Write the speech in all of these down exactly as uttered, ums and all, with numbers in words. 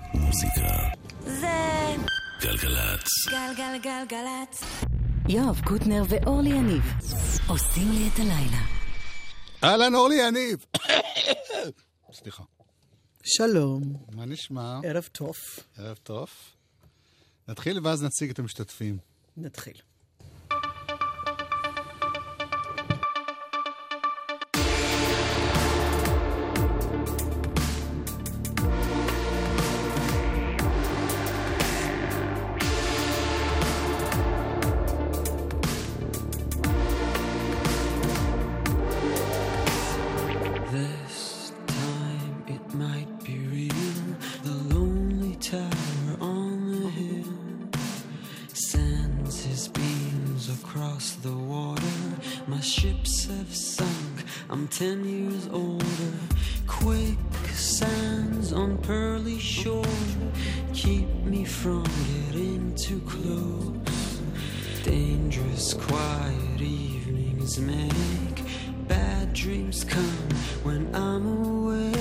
מוזיקה זה גלגלצ. גלגלגלגלצ. יואב קוטנר ואורלי יניב עושים לי את הלילה. אהלן אורלי יניב. סליחה. שלום. מה נשמע? ערב טוב. ערב טוב. נתחיל ואז נציג את המשתתפים. נתחיל. Ten years older, quicksands on pearly shore keep me from getting too close. Dangerous, quiet evenings make bad dreams come when I'm awake.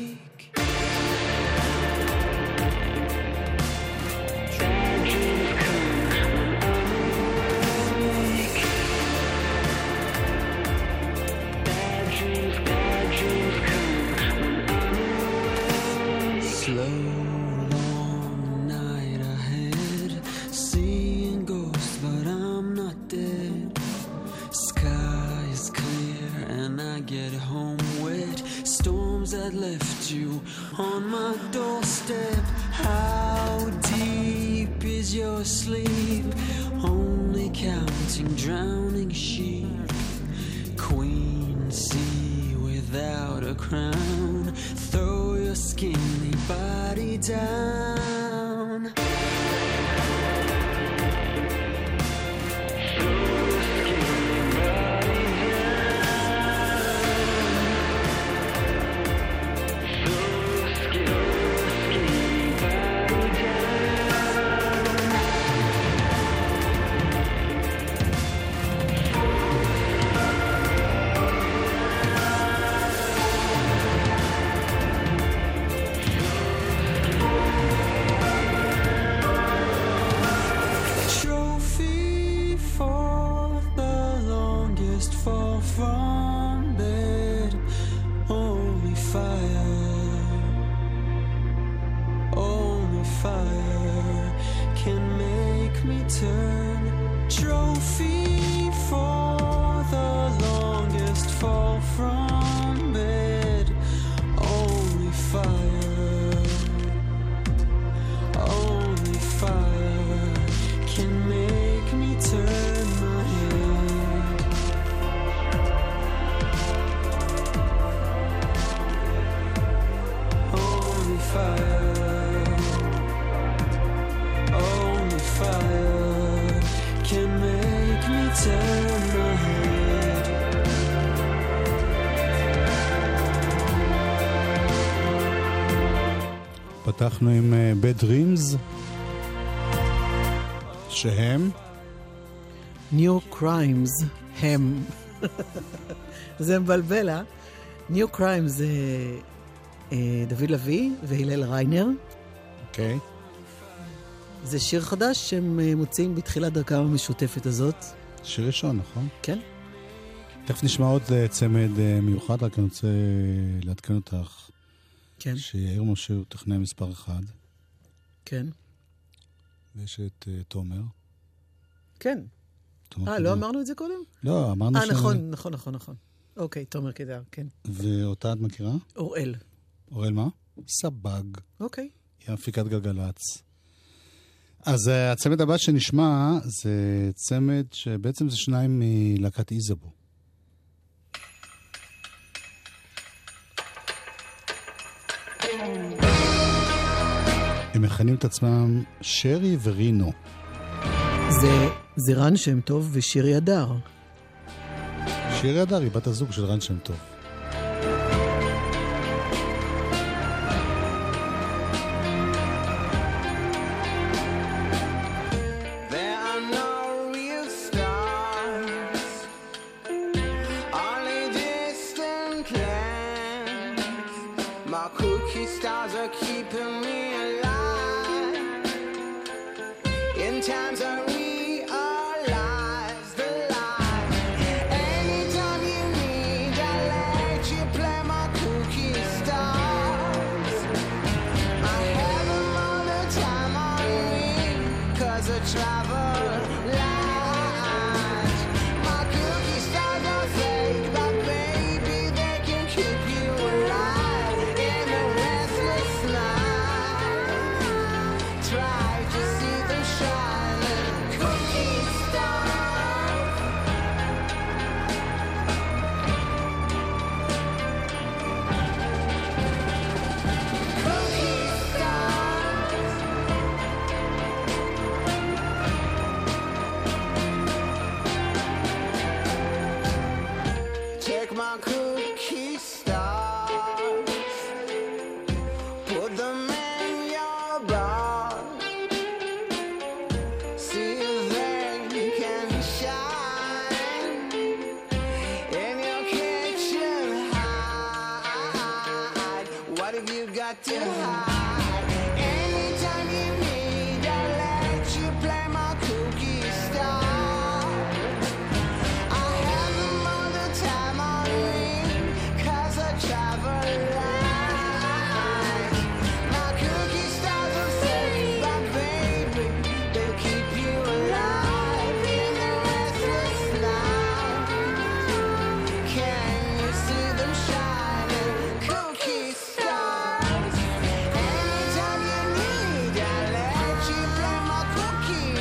That left you on my doorstep. How deep is your sleep? Only counting drowning sheep. Queen sea without a crown. Throw your skinny body down. פתחנו עם uh, Bad Dreams שהם New Crimes הם זה מבלבל, אה? New Crimes זה uh, דוד לוי והילל ריינר. אוקיי. Okay. זה שיר חדש שהם uh, מוצאים בתחילת דרכם המשותפת הזאת. שיר ראשון, נכון? כן. תכף נשמע עוד uh, צמד uh, מיוחד, רק אני רוצה לעדכן אותך. כן. שיאיר משה הוא טכנאי מספר אחד. כן. ויש את uh, תומר. כן. אה, לא אמרנו את זה קודם? לא, אמרנו ש... אה, נכון, נכון, נכון, נכון. אוקיי, תומר קדר, כן. ואותה את מכירה? אוראל. אוראל מה? סבג. אוקיי. היא המפיקת גלגלץ. אז uh, הצמד הבא שנשמע זה צמד שבעצם זה שניים מלהקת איזבו. הם מכנים את עצמם שרי ורינו. זה, זה רן שם טוב ושירי הדר. שירי הדר היא בת הזוג של רן שם טוב. My cookie stars are keeping me alive. Sometimes I realize the lie. Anytime you need, I let you play my cookie stars. I have them all the time on me, 'cause I travel light. My cookie stars are fake, but baby, they can keep you alive in the restless night. Try to see them shining, cookie stars. Cookie stars. Take my cookie stars, put them in your bar, see if they can shine in your kitchen. Hide, what have you got to hide? Anytime you need, I'll let you play my cookie stars. I have them all the time on me, 'cause I travel light. My cookie stars are fake, but baby, they'll keep you alive in the restless night. Can you see them shining, cookie stars? Anytime you need, I'll let you play my cookie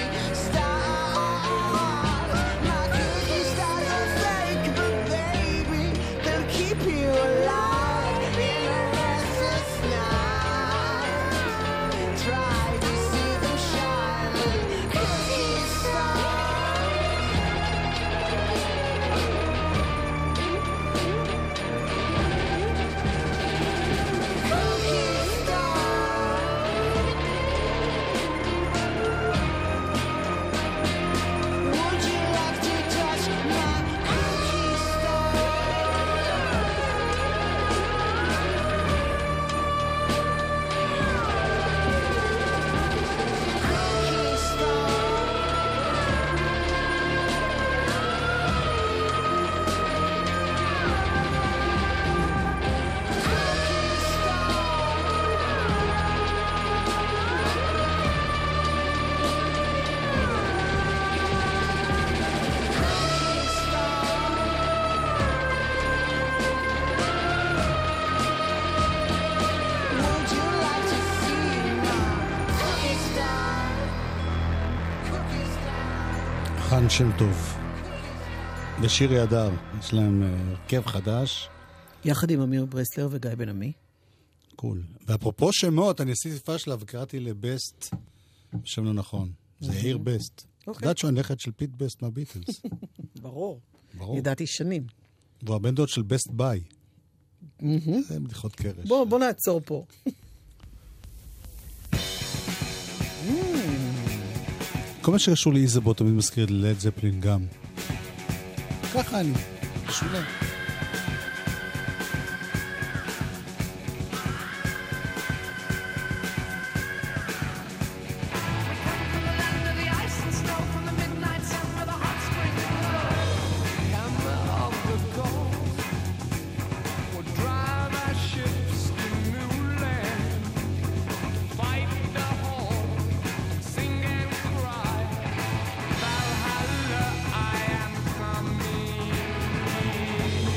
stars. My cookie stars are fake, but baby, they'll keep you alive in a restless night. Try to see them shining, cookie stars. Cookie stars. Would you like to touch my cookie Would you like to see my cookie star? Cookie star. חן שם טוב ושירי הדר, יש להם אה, הרכב חדש, יחד עם אמיר ברסלר וגיא בן עמי. קול. ואפרופו שמות, אני עשיתי פשלה וקראתי לבסט, שם לא נכון, זה יאיר בסט. אוקיי. יודעת שהוא הנכד של פיט בסט מהביטלס. ברור. ברור. ידעתי שנים. והוא הבן דוד של בסט ביי. זה בדיחות קרש. בוא, בוא נעצור פה. כל מה שקשור לאיזבו תמיד מזכיר את לד זפלין גם. ככה אני, שולה. Valhalla, I am coming.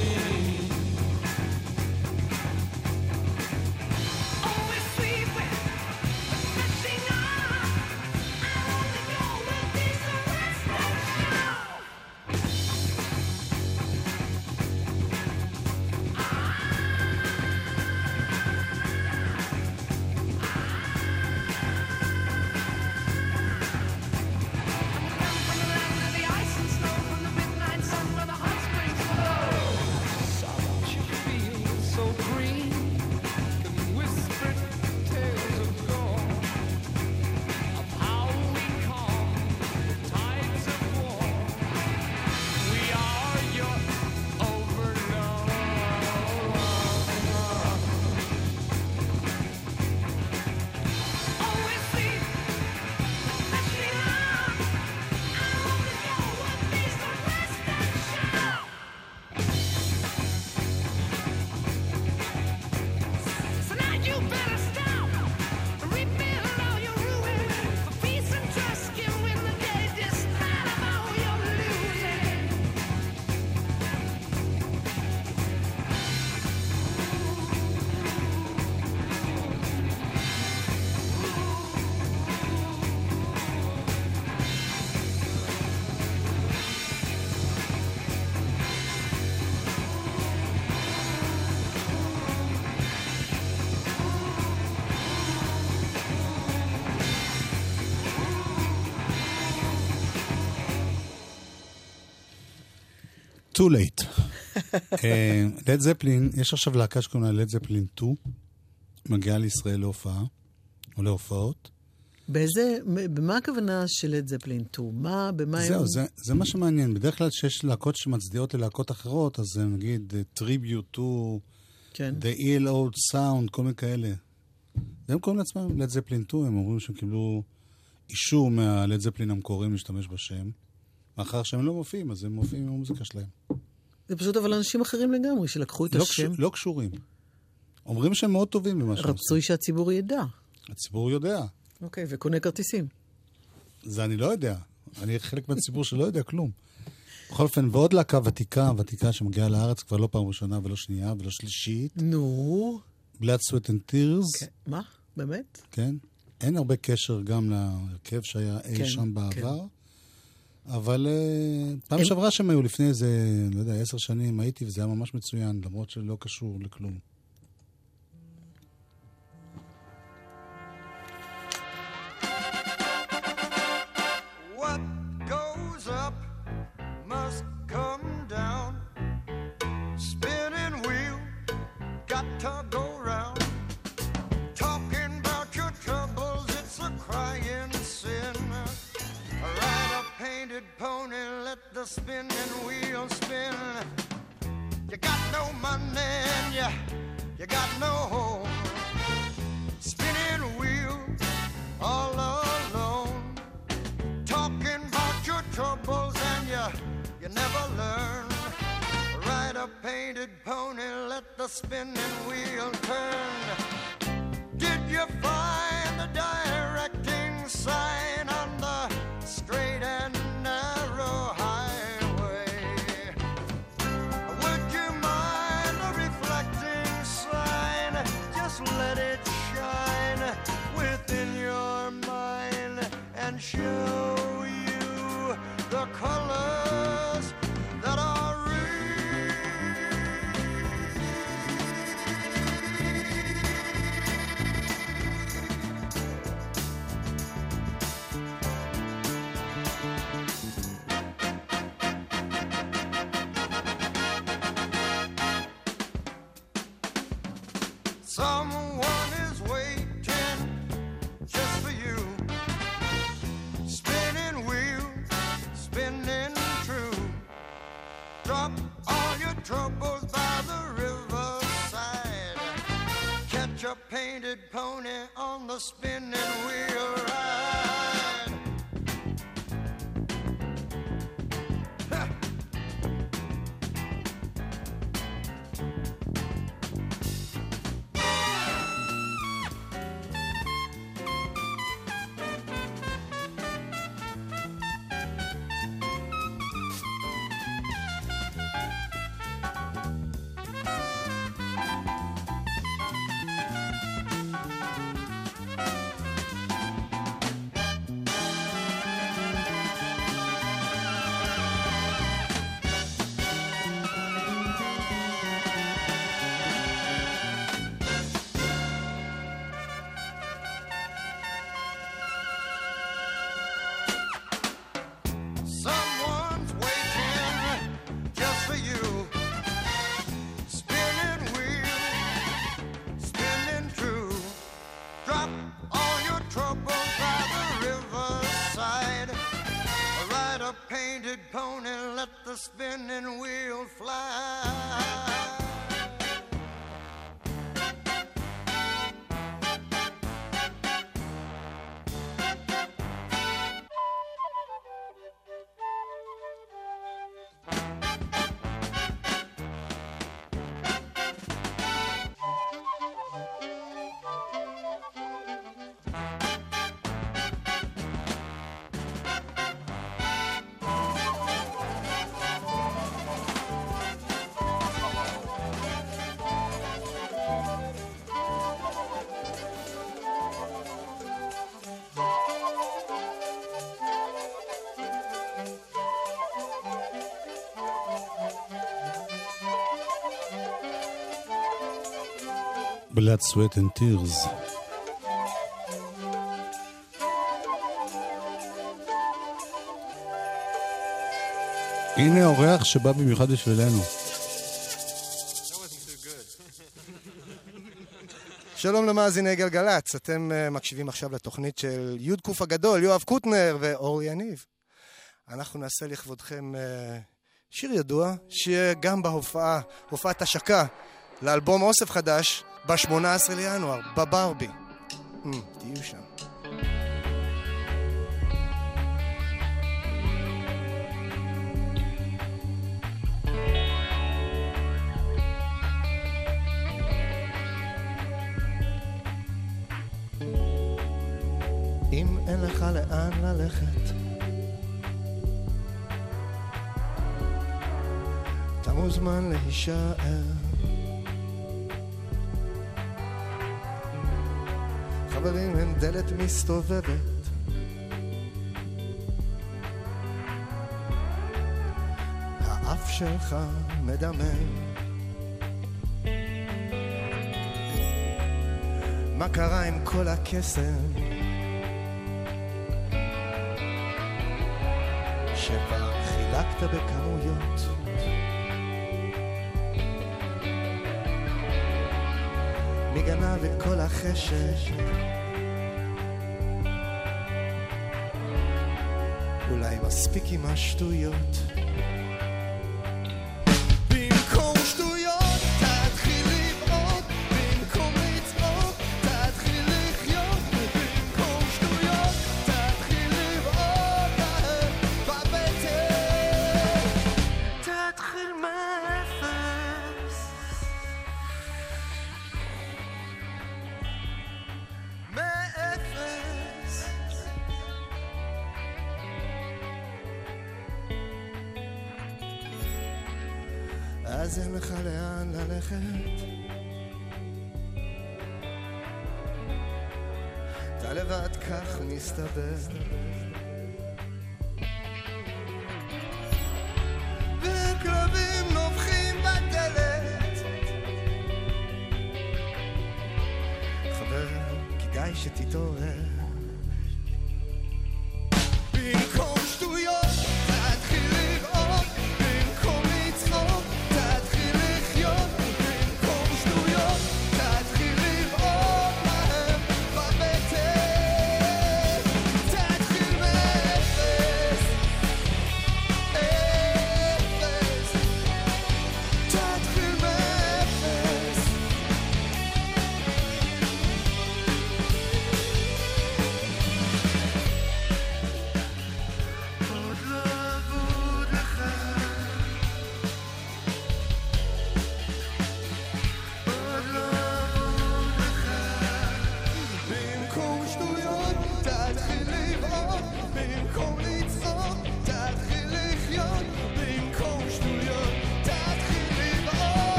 too late. לד זפלין, יש עכשיו להקה שקוראים לה לד זפלין שתיים, מגיעה לישראל להופעה, או להופעות. באיזה, במה הכוונה של לד זפלין שתיים? מה, במה הם... זהו, זה, זה מה שמעניין. בדרך כלל שיש להקות שמצדיעות ללהקות אחרות, אז זה נגיד tribute to כן. the ill old sound, כל מיני כאלה. והם קוראים לעצמם לד זפלין שתיים, הם אומרים שהם קיבלו אישור מהלד זפלין המקוריים להשתמש בשם. מאחר שהם לא מופיעים, אז הם מופיעים עם המוזיקה שלהם. זה פשוט אבל אנשים אחרים לגמרי, שלקחו את לא השם. קשור, לא קשורים. אומרים שהם מאוד טובים במה שהם עושים. רצוי שהציבור ידע. הציבור יודע. אוקיי, וקונה כרטיסים. זה אני לא יודע. אני חלק מהציבור שלא יודע כלום. בכל אופן, ועוד להקה ותיקה, ותיקה שמגיעה לארץ כבר לא פעם ראשונה ולא שנייה ולא שלישית. נו. Blood, Sweat and Tears. כן. מה? באמת? כן. אין הרבה קשר גם להרכב שהיה אי כן, שם בעבר. כן. אבל uh, פעם הם... שעברה שהם היו לפני איזה, לא יודע, עשר שנים הייתי, וזה היה ממש מצוין, למרות שלא קשור לכלום. What goes up must come down. Spinning wheel, got to go round. Talking about your troubles, it's a crying sin. Ride a painted pony, let the spinning wheel spin. You got no money and you, you got no home. Spinning wheel, all alone. Talking about your troubles and you, you never learn. Ride a painted pony, let the spinning wheel turn. Did you find the directing sign on the straight and narrow highway? Would you mind a reflecting sign? Just let it shine within your mind and show you the colors that are real. Someone is waiting just for you. Spinning wheel, spinning true. Drop all your troubles by the riverside. Catch a painted pony on the spinning wheel ride. Ha! Someone's waiting just for you. Spinning wheel, spinning true. Drop all your troubles by the riverside. Ride a painted pony, let the spinning wheel fly. Blood, Sweat and Tears. הנה אורח שבא במיוחד בשבילנו. שלום למאזיני גלגלץ, אתם uh, מקשיבים עכשיו לתוכנית של י' קוף הגדול, יואב קוטנר ואורלי יניב. אנחנו נעשה לכבודכם uh, שיר ידוע, שגם בהופעה, הופעת השקה לאלבום אוסף חדש, ב-שמונה עשרה לינואר, בברבי. Mm, תהיו שם. אם אין לך לאן ללכת, אתה מוזמן להישאר. חברים, אין דלת מסתובבת, האף שלך מדמם. מה קרה עם כל הקסם שפעם חילקת בכמויות? מי גנב את כל החשש? אולי מספיק עם השטויות. במקום שטויות תתחיל לבעוט, במקום לצעוק תתחיל לחיות, במקום שטויות תתחיל לבעוט להם בבטן. תתחיל מאפס, מאפס. אז אין לך לאן ללכת, אתה לבד כך מסתבר, וכלבים נובחים בדלת. חבר, כדאי שתתעורר. במקום שטויות תתחיל לבעוט, במקום לצחוק תתחיל לחיות, במקום שטויות תתחיל לבעוט להם בבטן. תתחיל מאפס, אפס, תתחיל מאפס.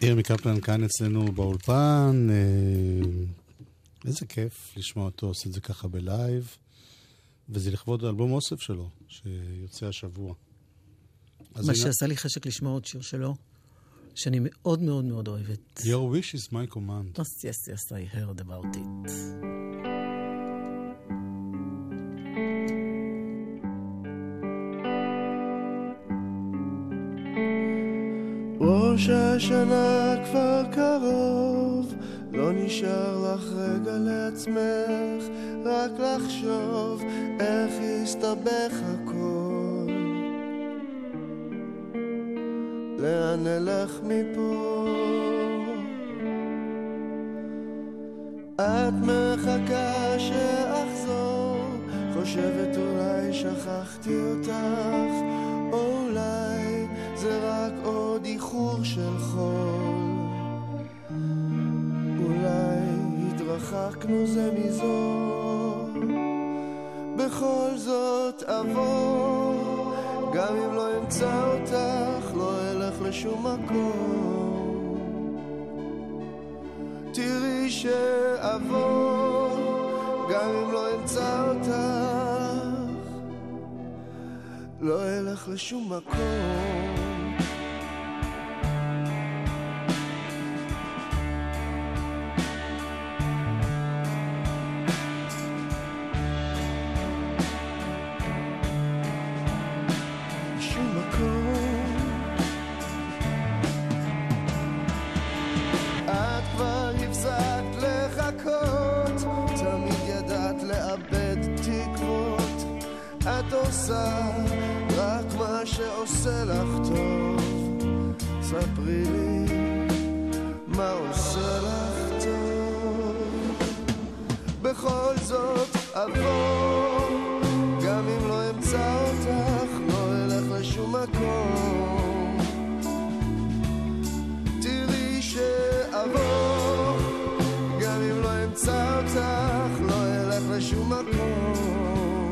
ירמי קפלן כאן אצלנו באולפן. איזה כיף לשמוע אותו, עושה את זה ככה בלייב. וזה לכבוד אלבום אוסף שלו, שיוצא השבוע. מה שעשה לי חשק לשמוע עוד שיר שלו, שאני מאוד מאוד מאוד אוהבת. Your wish is my command. Yes, yes, yes, I heard about it. ראש השנה כבר קרוב, לא נשאר לך רגע לעצמך, רק לחשוב איך יסתבך הכל. לאן נלך מפה? את מחכה שאחזור, חושבת אולי שכחתי אותך, אולי זה רק עוד איחור של חול, אולי התרחקנו זה מזו, בכל זאת אבוא, גם אם לא אמצא אותך לא אלך לשום מקום. תראי שאבוא, גם אם לא אמצא אותך לא אלך לשום מקום. רק מה שעושה לך טוב, ספרי לי מה עושה לך טוב. בכל זאת אבוא, גם אם לא אמצא אותך לא אלך לשום מקום. תראי שאבוא, גם אם לא אמצא אותך לא אלך לשום מקום.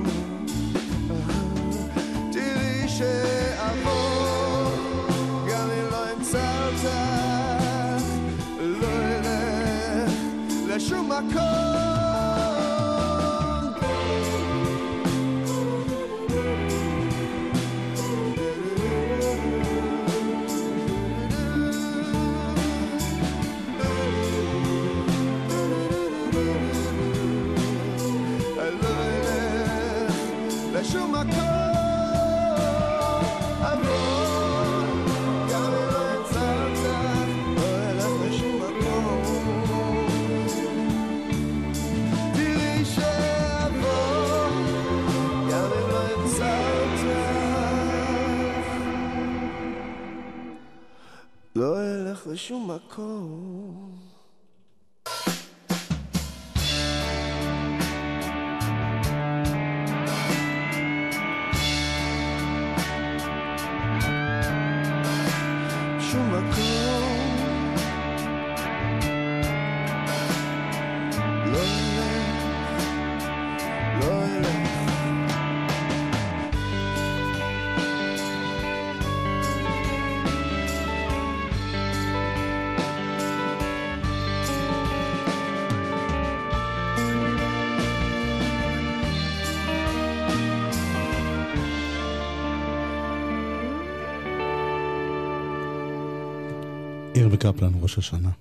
שאבוא, גם אם לא אמצא אותך לא אלך לשום מקום. לא אלך לשום מקום. לא אלך לשום מקום. שום מקום. לא אלך, לא אלך. ירמי קפלן, ראש השנה.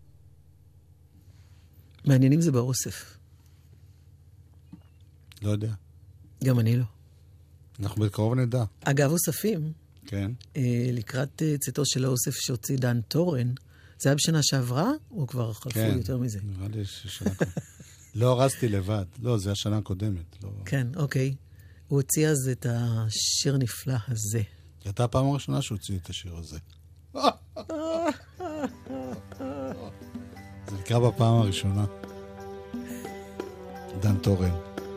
מעניינים זה באוסף. לא יודע. גם אני לא. אנחנו בקרוב נדע. אגב, אוספים, כן. אה, לקראת אה, צאתו של האוסף שהוציא דן טורן, זה היה בשנה שעברה, או כבר חלפו כן. יותר מזה? נראה לי ששנה קודמת. לא הרסתי לבד. לא, זה השנה הקודמת. לא... כן, אוקיי. הוא הוציא אז את השיר הנפלא הזה. זו הייתה הפעם הראשונה שהוציא את השיר הזה. זה נקרא בפעם הראשונה. דן טורן.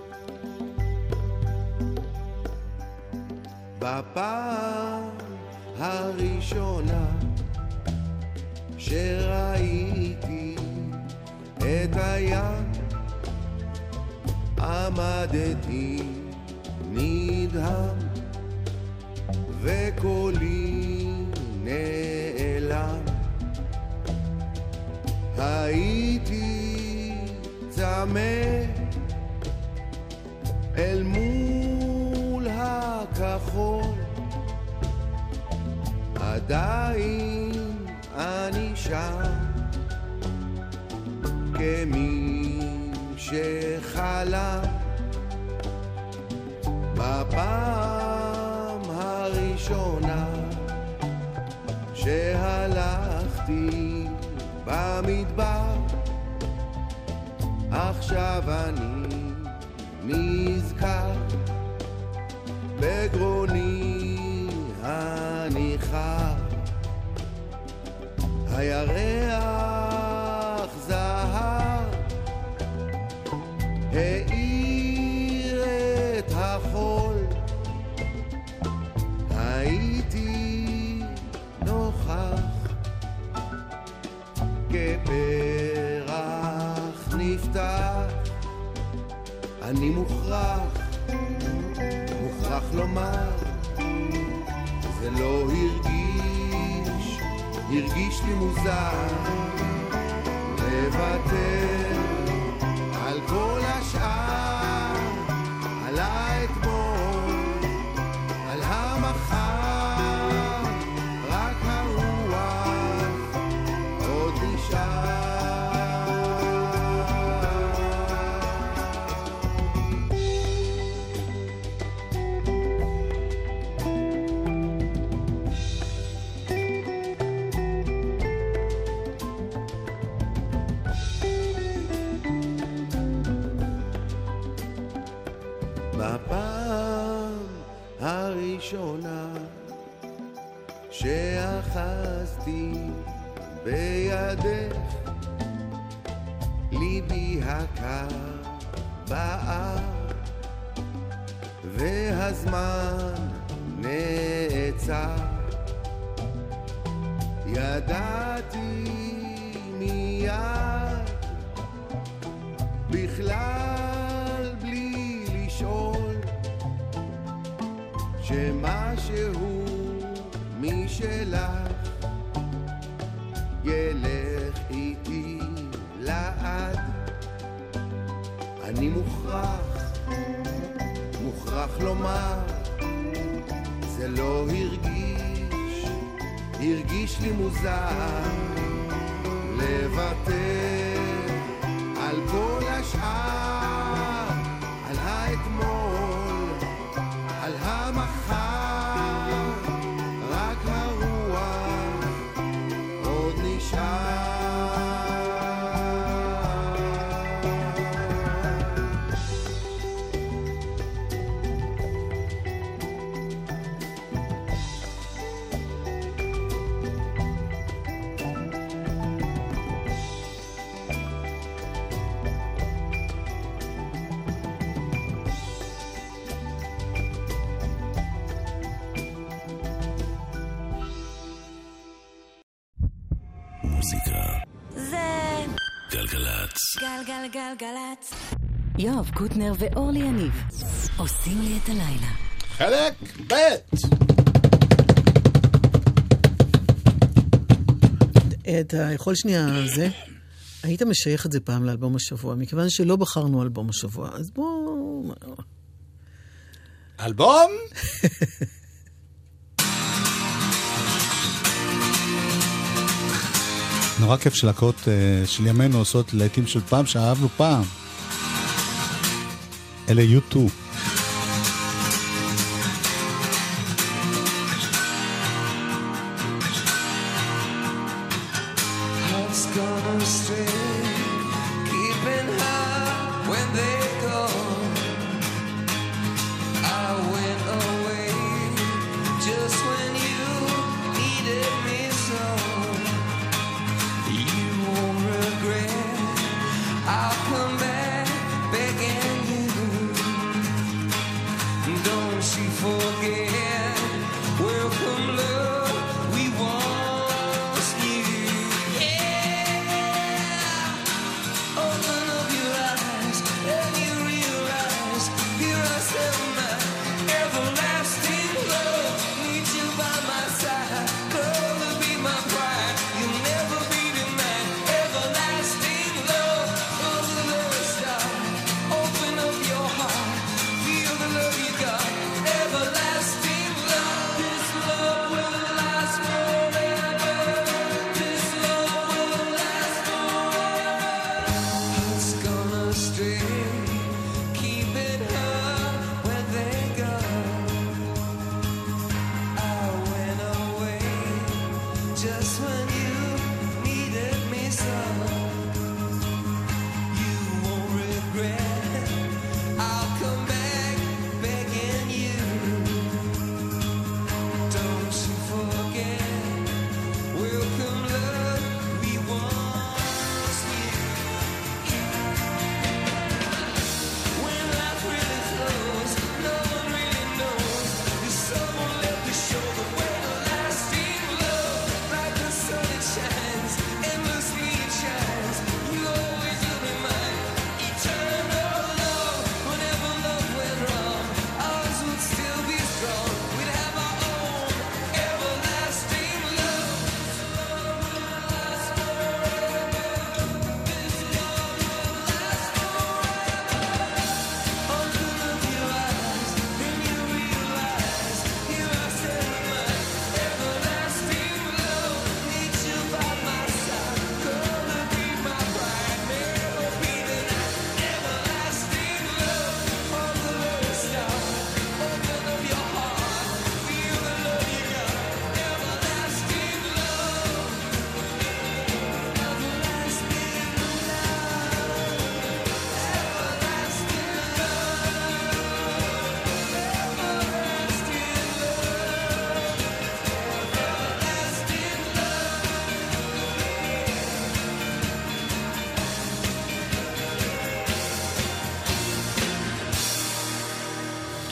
בפעם הראשונה שראיתי את הים, עמדתי נדהם וקולי נעלם, עומד אל מול הכחול, עדיין אני שם כמי שחלם בפעם הראשונה שהלכתי במדבר. עכשיו אני נזכר בגרוני הניחר, הירח זהב האיר את החול, הייתי נוכח כפרח נפתח. אני מוכרח, מוכרח לומר, זה לא הרגיש, הרגיש לי מוזר לוותר על כל השאר, על האתמול, על המחר, רק הרוח עוד נשאר. בפעם הראשונה שאחזתי בידך, ליבי הקר בער והזמן נעצר. ידעתי מיד בכלל בלי לשאול שמשהו משלך ילך איתי לעד. אני מוכרח, מוכרח לומר, זה לא הרגיש, הרגיש לי מוזר לוותר על כל השאר, על האתמול, על המחר, רק הרוח עוד נשאר. זה גלגלצ. גלגלגלגלצ. יואב קוטנר ואורלי יניב עושים לי את הלילה. חלק ב'. את היכול שנייה הזה, היית משייך את זה פעם לאלבום השבוע, מכיוון שלא בחרנו אלבום השבוע, אז בואו... אלבום? נורא כיף שלהקות uh, של ימינו עושות לעיתים של פעם שאהבנו פעם. אלה יו טו. Hearts gone astray, keeping high when they go. I went away just when you needed me so. You won't regret, I'll come back begging you. Don't you forget, welcome love we once knew. Yeah, open up your eyes and you realize here I said my everlasting love. Need you by my side, girl, to be my pride. You'll never be denied. Everlasting love under the stars.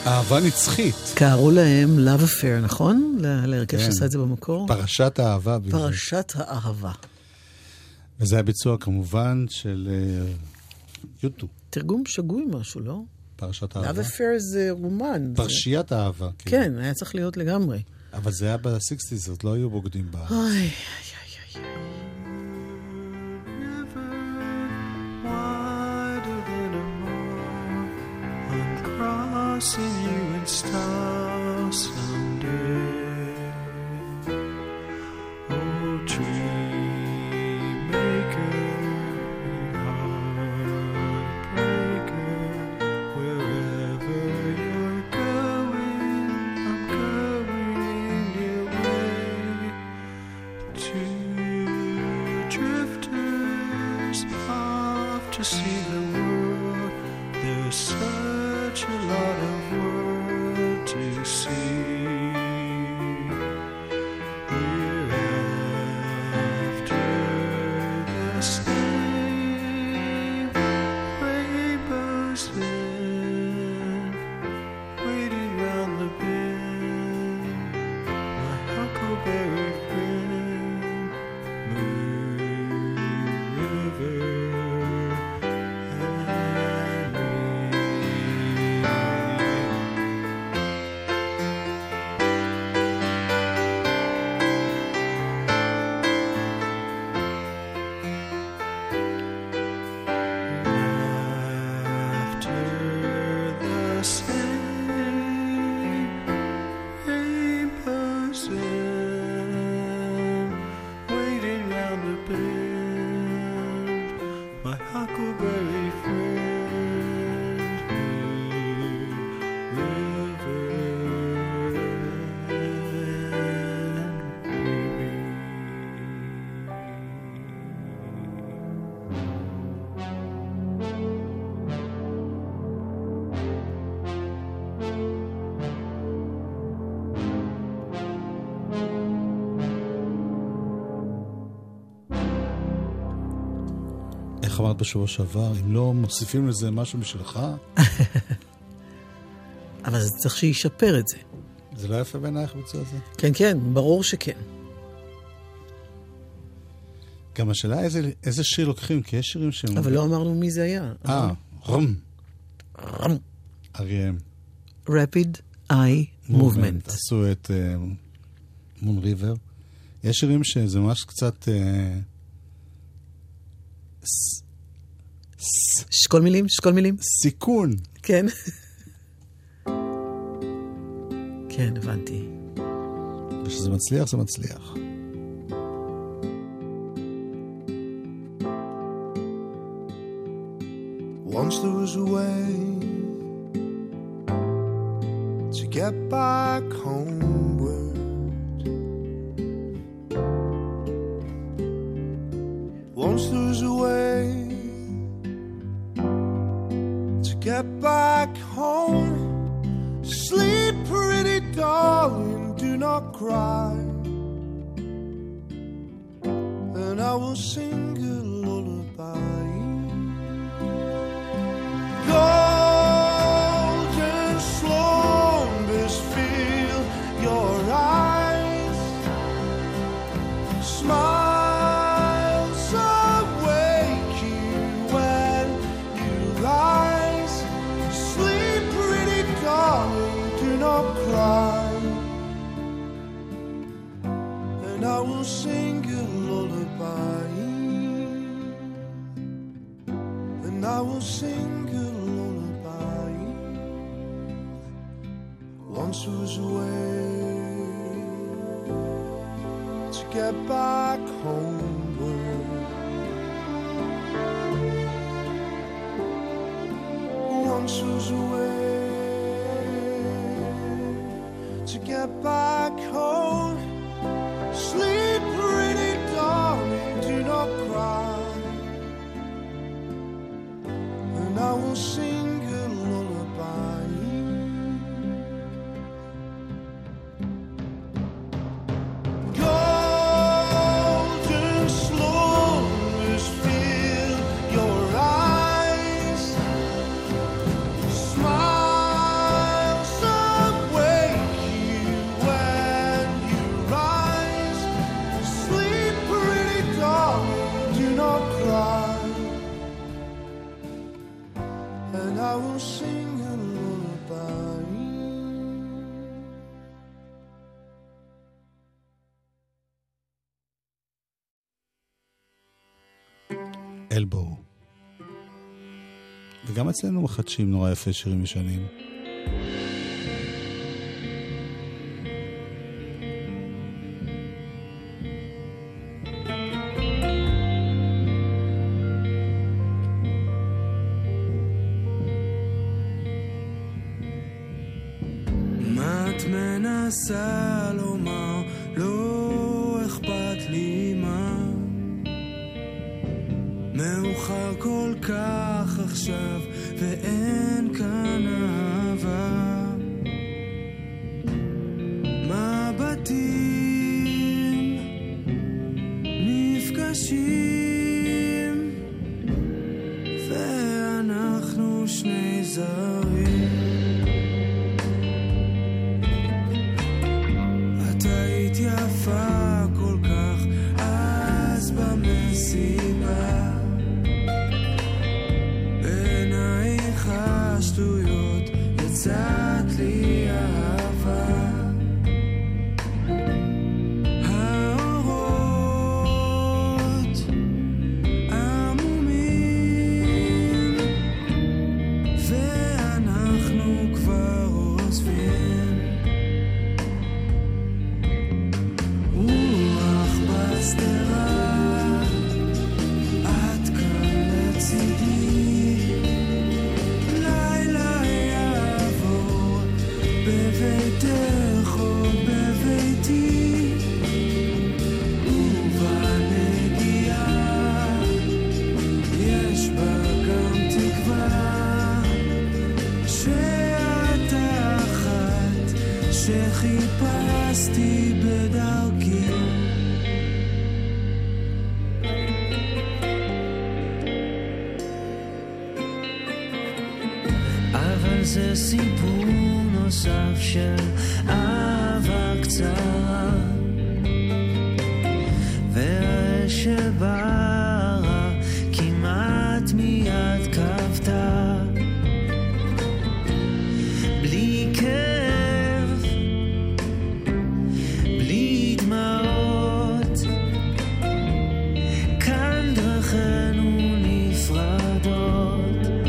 אהבה נצחית. קראו להם Love Affair, נכון? ל- להרכב כן. שעשה את זה במקור? פרשת האהבה. בדיוק. פרשת האהבה. וזה הביצוע כמובן של אה, יוטו. תרגום שגוי משהו, לא? פרשת Love האהבה. Affair זה רומן. זה- פרשיית האהבה. כאילו. כן, היה צריך להיות לגמרי. אבל זה היה ב-סיקסטיז, עוד לא היו בוגדים בה. אוי, איי, איי, איי. wider than a moor. I'm crossing you in stars someday. Oh, dream maker, heartbreaker, wherever you're going, I'm going your way. Two drifters off to see the world. There's such a lot of world to see. We're after the same rainbows then, waiting round the bend. My huckleberry friend, Moon River, and me. After the same rainbows end, waiting round the bend, my huckleberry friend, River איך אמרת בשבוע שעבר, אם לא מוסיפים לזה משהו בשבילך, אבל זה צריך שישפר את זה. זה לא יפה בעינייך ביצוע הזה? כן, כן, ברור שכן. גם השאלה איזה, איזה שיר לוקחים, כי יש שירים שהם... אבל לא אמרנו מי זה היה. אה, רום. אריאם. Rapid Eye Movement. עשו את מון ריבר. יש שירים שזה ממש קצת... אה, ס- ס- שקול מילים, שקול מילים. סיכון. כן. כן, הבנתי. ושזה מצליח, זה מצליח. Once there was a way to get back homeward. Once there was a way to get back home. Sleep, pretty darling, do not cry, and I will sing a lullaby. Golden slumbers fill your eyes, smiles awake you when you rise. Sleep, pretty darling, do not cry, and I will sing a lullaby, and I will sing a lullaby. Once was a way to get back homeward. Once was a way to get back home. Sleep, pretty darling, do not cry, and I will sing a lullaby. Golden slumbers fill your eyes, smiles אלבו. וגם אצלנו מחדשים נורא יפה שירים ישנים. מה את מנסה לומר? לא אכפת לי מה, מאוחר כל כך עכשיו ואין כאן אהבה. מבטים נפגשים ואנחנו שני זרים. את היית יפה כל כך אז במסיבה, בעינייך השטויות יצאת לי אהבה. האורות עמומים ואנחנו כבר עוזבים. רוח בסתרה את כאן לצידי, לילה יעבור בביתך או בביתי, ובנגיעה יש בה גם תקווה שאת אחת שחיפשתי בדרכי. אבל זה סיפור נוסף של אהבה קצרה, והאש שבערה כמעט מיד כבתה, בלי כאב, בלי דמעות, כאן דרכינו נפרדות.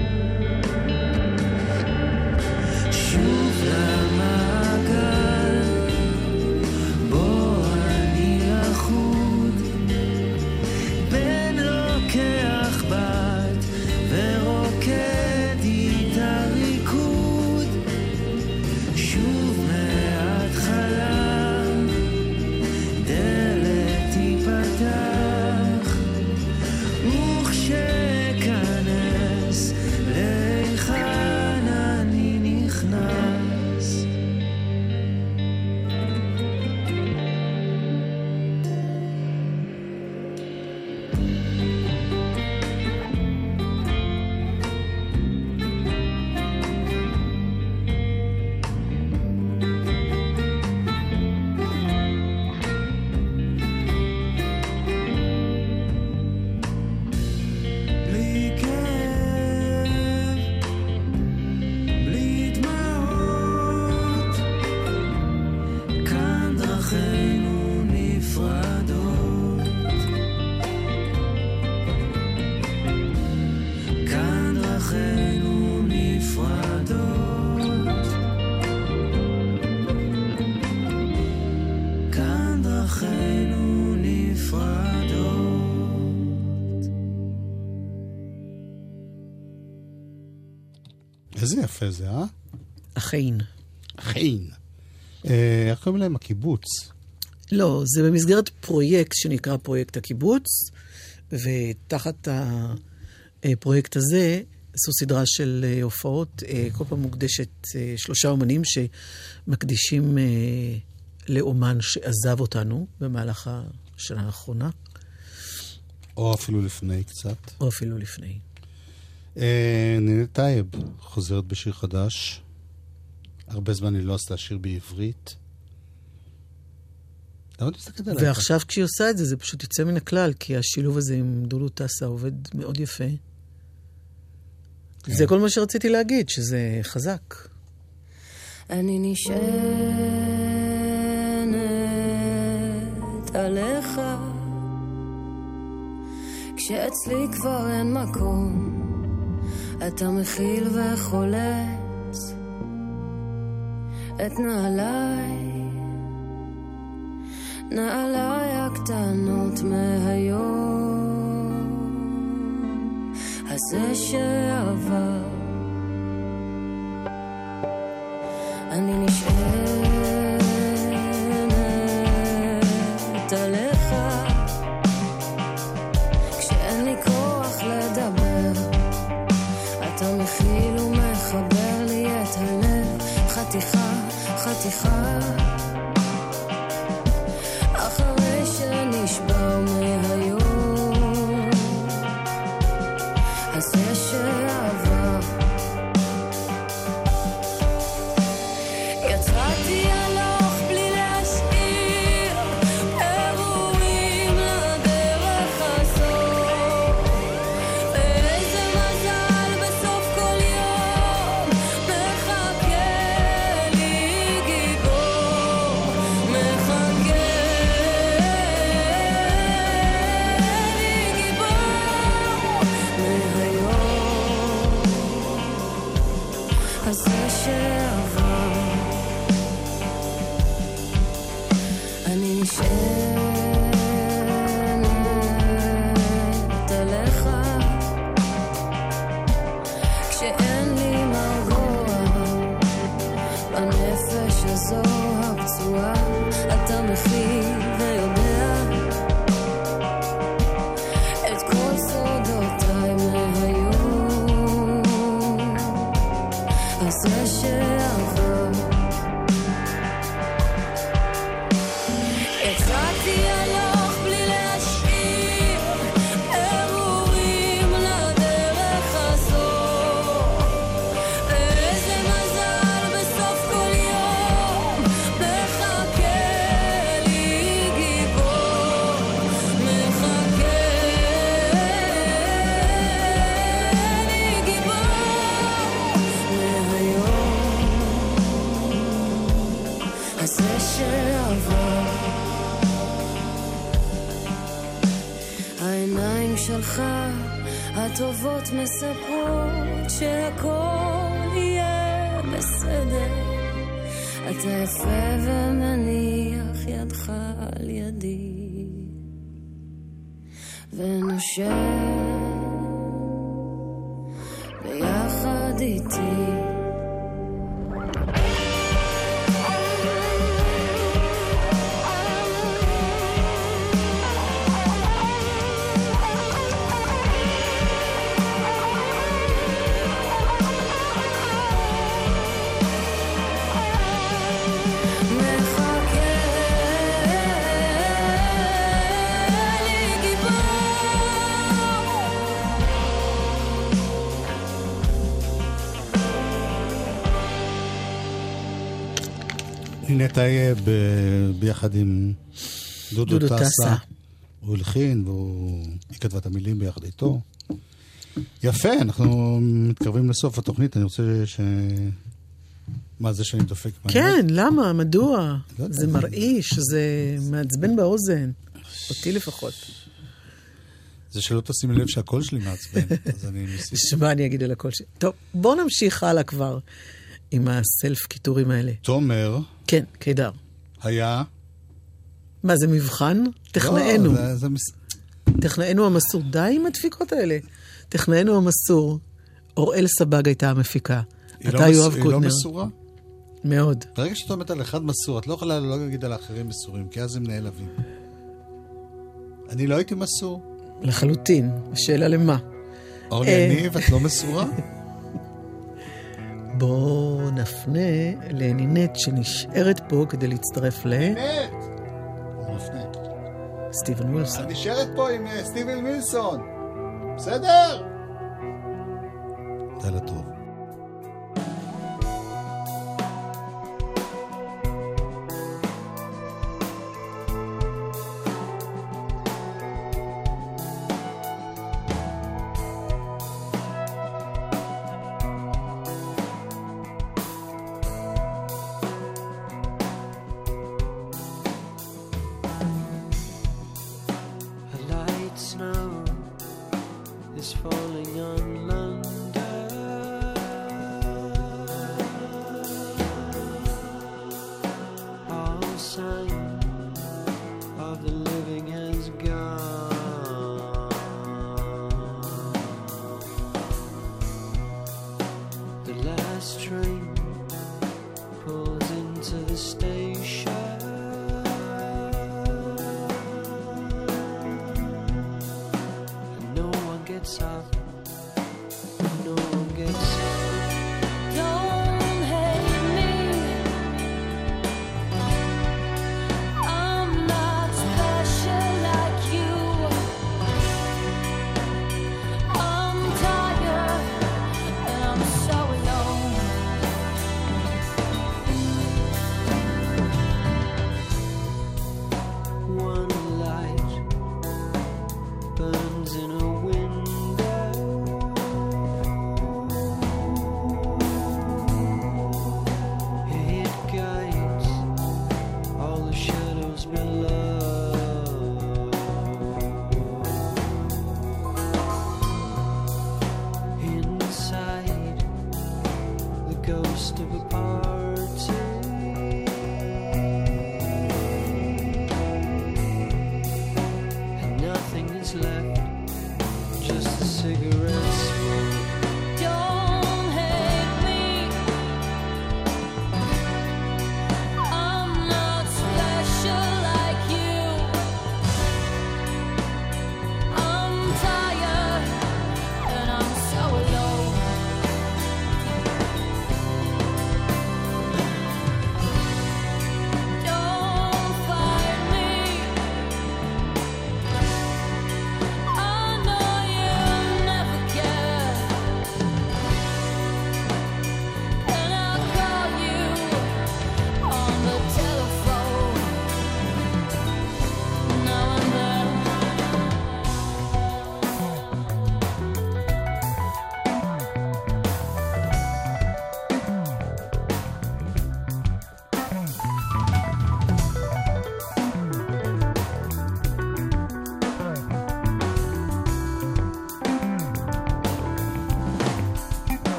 שוב למעגל בו אני לחוד, בין לוקח בת ורוקד איתה ריקוד. שוב מההתחלה דלת תיפתח, וכשכנס להיכן אני נכנס. בלי כאב, בלי דמעות, כאן דרכינו נפרדות. כאן דרכינו נפרדות. כאן דרכינו נפרדות. איזה יפה זה, אה? אכן. אכן. אה, איך קוראים להם? הקיבוץ. לא, זה במסגרת פרויקט שנקרא פרויקט הקיבוץ, ותחת הפרויקט הזה עשו סדרה של אה, הופעות, אה, כל פעם מוקדשת אה, שלושה אומנים שמקדישים אה, לאומן שעזב אותנו במהלך השנה האחרונה, או אפילו לפני קצת. או אפילו לפני. אה, נינת טייב חוזרת בשיר חדש. הרבה זמן היא לא עשתה שיר בעברית. למה אתה מסתכלת עליי? ועכשיו כשהיא עושה את זה, זה פשוט יוצא מן הכלל, כי השילוב הזה עם דודו טסה עובד מאוד יפה. כן. זה כל מה שרציתי להגיד, שזה חזק. אני נשענת עליך כשאצלי כבר אין מקום, אתה מכיל וחולץ את נעליי, נעליי הקטנות מהיום הזה שעבר. אני נשענת עליך כשאין לי כוח לדבר, אתה מכיל ומחבר לי את הלב, חתיכה חתיכה אחרי שנשבר מהיום הזה שעבר. יצאתי הלוך בלי להשאיר אירועים לדרך הזאת, ואיזה מזל בסוף כל יום מחכה לי גיבור, מחכה לי גיבור מהיום הזה שעבר. אני נשענת עליך כשאין לי מרגוע בנפש הזו הפצועה, אתה מכיל ויודע את כל סודותיי מהיום הזה שעבר. יצאתי הלוך בלי להשאיר אירועים לדרך הזאת, ואיזה מזל בסוף כל יום מחכה לי גיבור, מחכה לי גיבור מהיום הזה שעבר. העיניים שלך הטובות מספרות שהכל יהיה בסדר, אתה יפה ומניח ידך על ידי ונושם ביחד איתי. הנה טייב ביחד עם דודו דודו טסה. טסה. הוא הלחין והוא כתבה את המילים ביחד איתו. יפה, אנחנו מתקרבים לסוף התוכנית. אני רוצה ש... מה זה שאני דופק? כן, למה? מדוע? לא יודע. זה מרעיש, זה מעצבן באוזן. אותי לפחות. זה שלא תשימי לב שהקול שלי מעצבן, אז אני מסיף. שמה אני אגיד על הכל ש... טוב, בואו נמשיך הלאה כבר עם הסלף קיטורים האלה. תומר כן, קידר. היה... מה, זה מבחן? טכנאנו. לא, זה, זה מס... טכנאנו המסור. די עם הדפיקות האלה. טכנאנו המסור. אוראל סבג הייתה המפיקה. אתה לא יואב מס... קוטנר. היא לא מסורה? מאוד. ברגע שאתה אומרת על אחד מסור, את לא יכולה לא להגיד על האחרים מסורים, כי אז הם נעלבים. אני לא הייתי מסור. לחלוטין. השאלה למה? אורלי, אה. אני ואת לא מסורה? בואו נפנה לנינט שנשארת פה כדי להצטרף ל... נט! הוא מפנה. סטיבן ווילסון. את נשארת פה עם uh, סטיבן ווילסון. בסדר? לילה טוב. A light snow the stars.